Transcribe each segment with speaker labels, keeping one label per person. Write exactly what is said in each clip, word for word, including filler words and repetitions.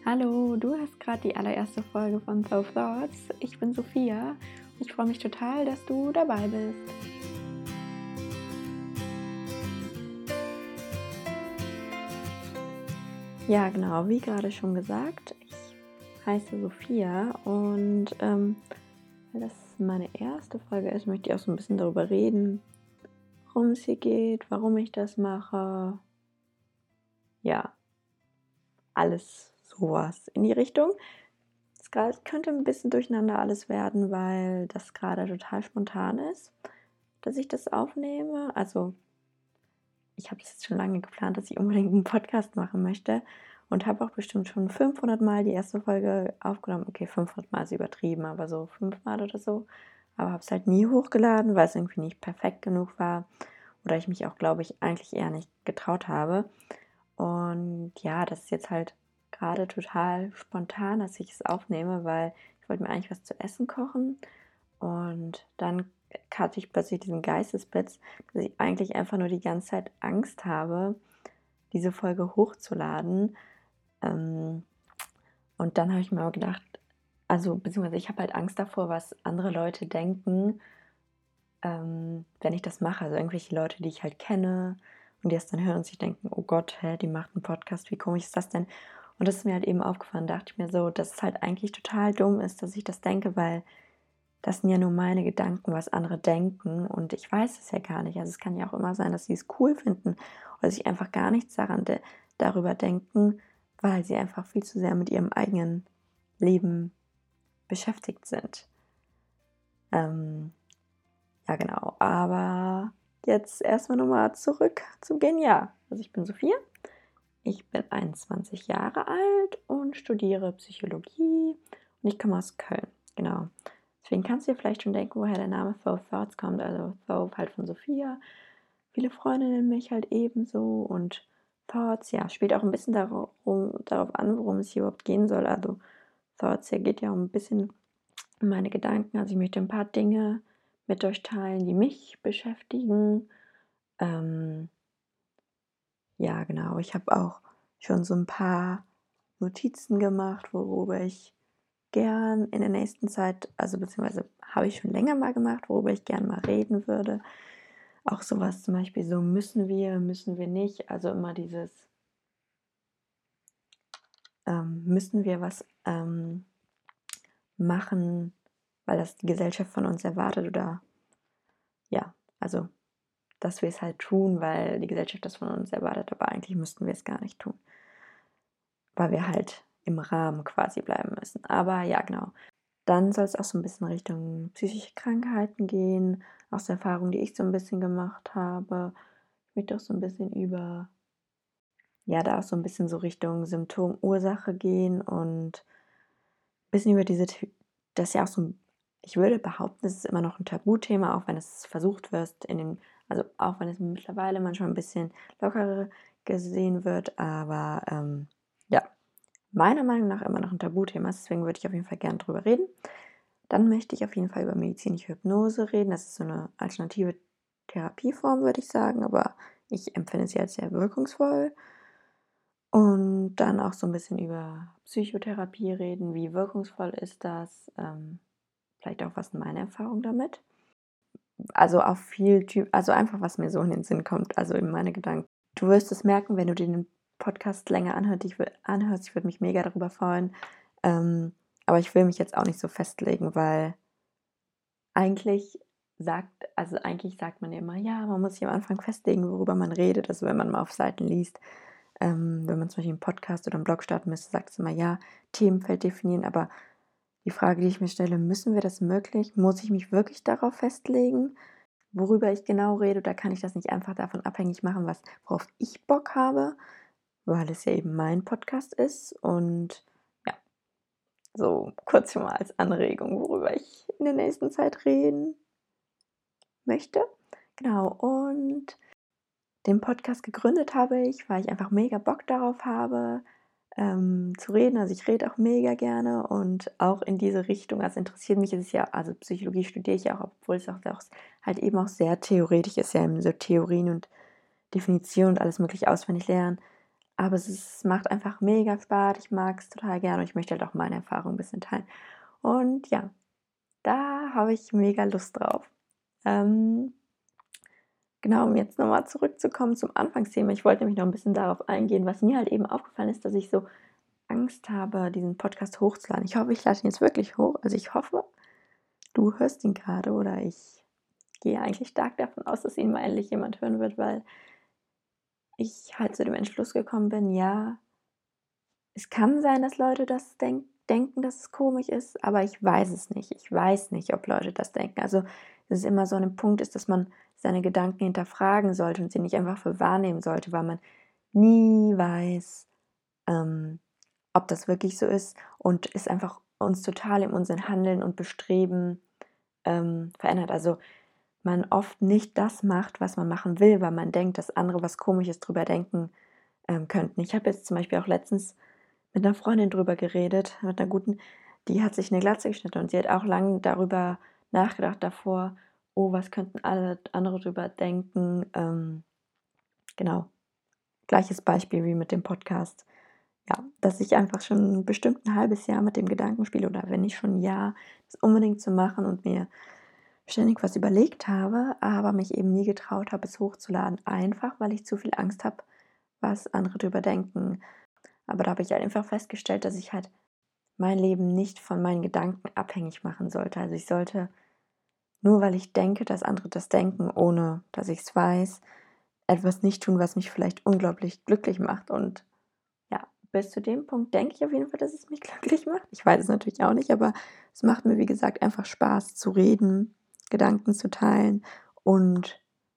Speaker 1: Hallo, du hast gerade die allererste Folge von So Thoughts. Ich bin Sophia und ich freue mich total, dass du dabei bist. Ja, genau, wie gerade schon gesagt, ich heiße Sophia und ähm, weil das meine erste Folge ist, möchte ich auch so ein bisschen darüber reden, worum es hier geht, warum ich das mache. Ja, alles sowas in die Richtung. Es gra- könnte ein bisschen durcheinander alles werden, weil das gerade total spontan ist, dass ich das aufnehme. Also ich habe das jetzt schon lange geplant, dass ich unbedingt einen Podcast machen möchte und habe auch bestimmt schon fünfhundert Mal die erste Folge aufgenommen. Okay, fünfhundert Mal ist übertrieben, aber so fünfmal oder so. Aber habe es halt nie hochgeladen, weil es irgendwie nicht perfekt genug war oder ich mich auch, glaube ich, eigentlich eher nicht getraut habe. Und ja, das ist jetzt halt gerade total spontan, dass ich es aufnehme, weil ich wollte mir eigentlich was zu essen kochen und dann hatte ich plötzlich diesen Geistesblitz, dass ich eigentlich einfach nur die ganze Zeit Angst habe, diese Folge hochzuladen. Ähm, und dann habe ich mir aber gedacht, also beziehungsweise ich habe halt Angst davor, was andere Leute denken, ähm, wenn ich das mache. Also irgendwelche Leute, die ich halt kenne und die das dann hören und sich denken, oh Gott, hä, die macht einen Podcast, wie komisch ist das denn? Und das ist mir halt eben aufgefallen, dachte ich mir so, dass es halt eigentlich total dumm ist, dass ich das denke, weil das sind ja nur meine Gedanken, was andere denken und ich weiß es ja gar nicht. Also es kann ja auch immer sein, dass sie es cool finden oder sich einfach gar nichts daran de- darüber denken, weil sie einfach viel zu sehr mit ihrem eigenen Leben beschäftigt sind. Ähm, ja, genau. Aber jetzt erstmal nochmal zurück zum Genial. Also ich bin Sophia, ich bin einundzwanzig Jahre alt und studiere Psychologie und ich komme aus Köln. Genau. Deswegen kannst du dir vielleicht schon denken, woher der Name So Thoughts kommt. Also So halt von Sophia. Viele Freunde nennen mich halt ebenso und Thoughts, ja, spielt auch ein bisschen darauf, darauf an, worum es hier überhaupt gehen soll. Also Thoughts, ja, geht ja um ein bisschen um meine Gedanken. Also ich möchte ein paar Dinge mit euch teilen, die mich beschäftigen. Ähm, ja, genau. Ich habe auch schon so ein paar Notizen gemacht, worüber ich gern in der nächsten Zeit, also beziehungsweise habe ich schon länger mal gemacht, worüber ich gern mal reden würde. Auch sowas zum Beispiel so, müssen wir, müssen wir nicht. Also immer dieses, ähm, müssen wir was ähm, machen, weil das die Gesellschaft von uns erwartet oder ja, also dass wir es halt tun, weil die Gesellschaft das von uns erwartet, aber eigentlich müssten wir es gar nicht tun, weil wir halt im Rahmen quasi bleiben müssen. Aber ja, genau. Dann soll es auch so ein bisschen Richtung psychische Krankheiten gehen, aus der Erfahrung, die ich so ein bisschen gemacht habe. Ich möchte auch so ein bisschen über, ja, da auch so ein bisschen so Richtung Symptom, Ursache gehen und ein bisschen über diese, das ist ja auch so, ich würde behaupten, es ist immer noch ein Tabuthema, auch wenn es versucht wird, in dem, also auch wenn es mittlerweile manchmal ein bisschen lockerer gesehen wird, aber ähm, ja, meiner Meinung nach immer noch ein Tabuthema ist, deswegen würde ich auf jeden Fall gerne drüber reden. Dann möchte ich auf jeden Fall über medizinische Hypnose reden. Das ist so eine alternative Therapieform, würde ich sagen, aber ich empfinde sie als sehr wirkungsvoll. Und dann auch so ein bisschen über Psychotherapie reden. Wie wirkungsvoll ist das? Ähm, vielleicht auch, was sind meine Erfahrungen damit? Also auch viel Typ, also einfach, was mir so in den Sinn kommt, also in meine Gedanken. Du wirst es merken, wenn du den Podcast länger anhört, ich, anhörst. Ich würde mich mega darüber freuen. Ähm, aber ich will mich jetzt auch nicht so festlegen, weil eigentlich sagt, also eigentlich sagt man ja immer, ja, man muss sich am Anfang festlegen, worüber man redet. Also wenn man mal auf Seiten liest, ähm, wenn man zum Beispiel einen Podcast oder einen Blog starten müsste, sagt es immer, ja, Themenfeld definieren. Aber die Frage, die ich mir stelle, müssen wir das wirklich? Muss ich mich wirklich darauf festlegen, worüber ich genau rede? Oder kann ich das nicht einfach davon abhängig machen, was, worauf ich Bock habe? Weil es ja eben mein Podcast ist. Und ja, so kurz schon mal als Anregung, worüber ich in der nächsten Zeit reden möchte. Genau, und den Podcast gegründet habe ich, weil ich einfach mega Bock darauf habe, ähm, zu reden. Also ich rede auch mega gerne und auch in diese Richtung. Also interessiert mich ist es ja, also Psychologie studiere ich ja auch, obwohl es auch, auch halt eben auch sehr theoretisch ist, ja eben so Theorien und Definitionen und alles mögliche auswendig lernen. aber es ist macht einfach mega Spaß. Ich mag es total gerne und ich möchte halt auch meine Erfahrung 'n bisschen teilen. Und ja, da habe ich mega Lust drauf. Ähm, genau, um jetzt noch mal zurückzukommen zum Anfangsthema. Ich wollte nämlich noch 'n bisschen darauf eingehen, was mir halt eben aufgefallen ist, dass ich so Angst habe, diesen Podcast hochzuladen. Ich hoffe, ich lade ihn jetzt wirklich hoch. Also, ich hoffe, du hörst ihn grade oder ich gehe eigentlich stark davon aus, dass ihn mal endlich jemand hören wird, weil ich halt zu dem Entschluss gekommen bin, ja, es kann sein, dass Leute das denk denken, dass es komisch ist, aber ich weiß es nicht. Ich weiß nicht, ob Leute das denken. Also, dass es immer so an 'nem Punkt ist, dass man seine Gedanken hinterfragen sollte und sie nicht einfach für wahr nehmen sollte, weil man nie weiß, ähm, ob das wirklich so ist und es einfach uns total in unserem Handeln und Bestreben, ähm, verändert. Also, man oft nicht das macht, was man machen will, weil man denkt, dass andere was Komisches drüber denken, ähm, könnten. Ich habe jetzt zum Beispiel auch letztens mit 'ner Freundin drüber geredet, mit 'ner guten, die hat sich 'ne Glatze geschnitten und sie hat auch lang darüber nachgedacht davor: „Oh, was könnten alle andere drüber denken?“ Ähm, genau, gleiches Beispiel wie mit dem Podcast. Ja, dass ich einfach schon bestimmt 'n halbes Jahr mit dem Gedanken spiele oder wenn nicht schon 'n Jahr, das unbedingt zu machen und mir ständig was überlegt habe, aber mich eben nie getraut habe, es hochzuladen, einfach weil ich zu viel Angst habe, was andere drüber denken. Aber da habe ich halt einfach festgestellt, dass ich halt mein Leben nicht von meinen Gedanken abhängig machen sollte. Also, ich sollte nur weil ich denke, dass andere das denken, ohne dass ich's weiß, etwas nicht tun, was mich vielleicht unglaublich glücklich macht. Und ja, bis zu dem Punkt denke ich auf jeden Fall, dass es mich glücklich macht. Ich weiß es natürlich auch nicht, aber es macht mir, wie gesagt, einfach Spaß zu reden, Gedanken zu teilen und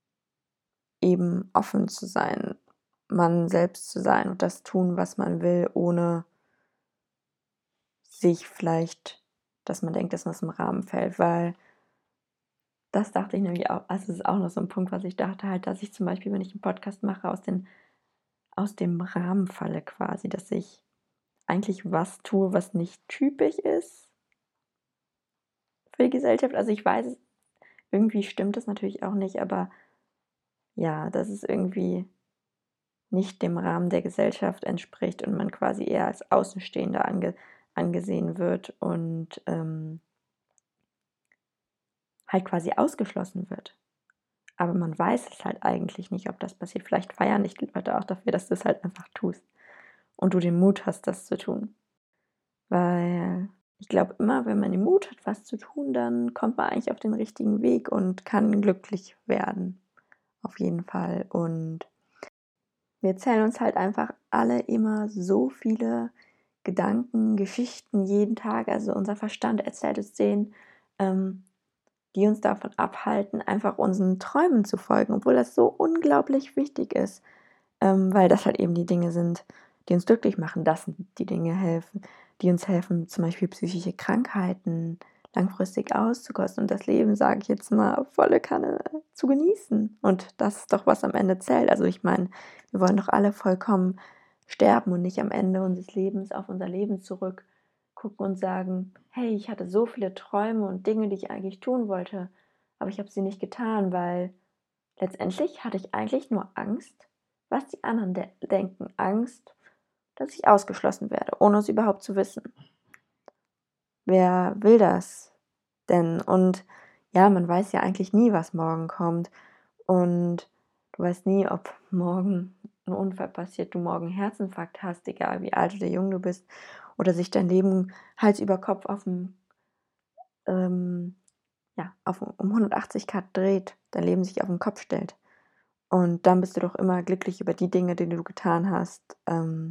Speaker 1: eben offen zu sein, man selbst zu sein und das tun, was man will, ohne sich vielleicht dass man denkt, dass man aus'm Rahmen fällt, weil das dachte ich nämlich auch. Also, das ist auch noch so 'n Punkt, was ich dachte halt, dass ich zum Beispiel, wenn ich 'n Podcast mache, aus den aus dem Rahmen falle quasi, dass ich eigentlich was tue, was nicht typisch ist für die Gesellschaft. Also, ich weiß es irgendwie stimmt das natürlich auch nicht, aber ja, dass es irgendwie nicht dem Rahmen der Gesellschaft entspricht und man quasi eher als Außenstehender ange angesehen wird und, ähm halt quasi ausgeschlossen wird. Aber man weiß es halt eigentlich nicht, ob das passiert. Vielleicht feiern dich die Leute auch dafür, dass du's halt einfach tust und du den Mut hast, das zu tun. Weil ich glaube immer, wenn man den Mut hat, was zu tun, dann kommt man eigentlich auf den richtigen Weg und kann glücklich werden, auf jeden Fall. Und wir erzählen uns halt einfach alle immer so viele Gedanken, Geschichten jeden Tag. Also, unser Verstand erzählt uns den, ähm, die uns davon abhalten, einfach unseren Träumen zu folgen, obwohl das so unglaublich wichtig ist, ähm, weil das halt eben die Dinge sind, die uns glücklich machen. Das sind die Dinge helfen, die uns helfen, zum Beispiel psychische Krankheiten langfristig auszukosten und das Leben, sage ich jetzt mal, volle Kanne zu genießen. Und das ist doch, was am Ende zählt. Also, ich meine, wir wollen doch alle vollkommen sterben und nicht am Ende unseres Lebens auf unser Leben zurückgucken und sagen: „Hey, ich hatte so viele Träume und Dinge, die ich eigentlich tun wollte, aber ich habe sie nicht getan“, weil letztendlich hatte ich eigentlich nur Angst, was die anderen de denken. Angst, dass ich ausgeschlossen werde, ohne es überhaupt zu wissen. Wer will das denn? Und ja, man weiß ja eigentlich nie, was morgen kommt. Und du weißt nie, ob morgen 'n Unfall passiert, du morgen Herzinfarkt hast, egal wie alt oder jung du bist, oder sich dein Leben Hals über Kopf auf'm ähm, ja, auf um hundertachtzig Grad dreht, dein Leben sich auf 'n Kopf stellt. Und dann bist du doch immer glücklich über die Dinge, die du getan hast, ähm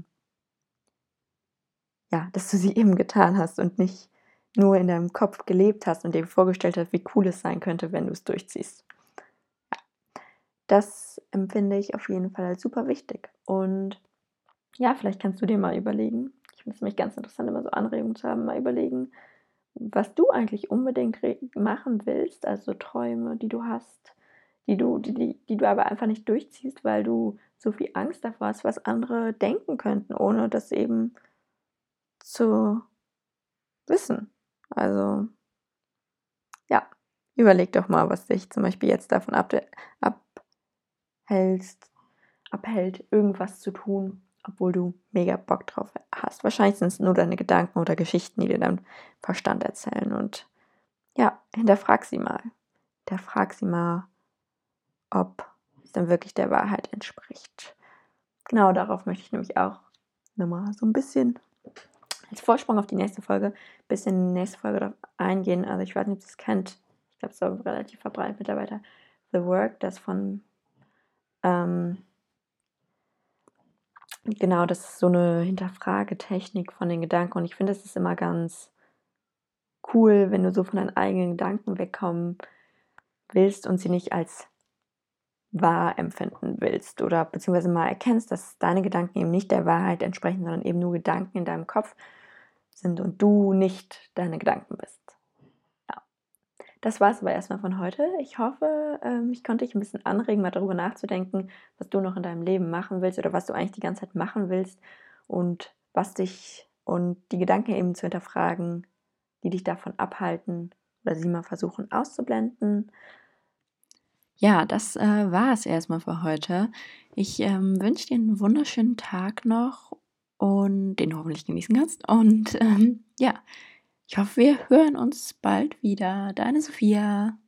Speaker 1: ja, dass du sie eben getan hast und nicht nur in deinem Kopf gelebt hast und dir vorgestellt hast, wie cool es sein könnte, wenn du's durchziehst. Ja, das empfinde ich auf jeden Fall als super wichtig. Und ja, vielleicht kannst du dir mal überlegen ich finde es nämlich ganz interessant, immer so Anregungen zu haben, mal überlegen, was du eigentlich unbedingt re machen willst, also Träume, die du hast, die du die die die du aber einfach nicht durchziehst, weil du so viel Angst davor hast, was andere denken könnten, ohne das eben zu wissen. Also ja, überleg doch mal, was dich zum Beispiel jetzt davon abde abhältst abhält, irgendwas zu tun, obwohl du mega Bock drauf hast. Wahrscheinlich sind es nur deine Gedanken oder Geschichten, die dir dein Verstand erzählen. Und ja, hinterfrag sie mal. Hinterfrag sie mal, ob es dann wirklich der Wahrheit entspricht. Genau, darauf möchte ich nämlich auch nochmal so ein bisschen als Vorsprung auf die nächste Folge, ein bisschen in die nächste Folge darauf eingehen. Also ich weiß nicht, ob ihr es kennt. Ich glaube, es ist auch relativ verbreitet mittlerweile. The Work, das von, ähm, genau, das ist so eine Hinterfragetechnik von den Gedanken. Und ich finde, es ist immer ganz cool, wenn du so von deinen eigenen Gedanken wegkommen willst und sie nicht als wahr empfinden willst oder beziehungsweise mal erkennst, dass deine Gedanken eben nicht der Wahrheit entsprechen, sondern eben nur Gedanken in deinem Kopf sind und du nicht deine Gedanken bist. Ja. Das war es aber erstmal von heute. Ich hoffe, ähm, ich konnte dich ein bisschen anregen, mal darüber nachzudenken, was du noch in deinem Leben machen willst oder was du eigentlich die ganze Zeit machen willst und was dich und die Gedanken eben zu hinterfragen, die dich davon abhalten oder sie mal versuchen auszublenden. Ja, das äh, war es erstmal für heute. Ich ähm, wünsche dir einen wunderschönen Tag noch und den du hoffentlich genießen kannst. Und ähm, ja, ich hoffe, wir hören uns bald wieder. Deine Sophia.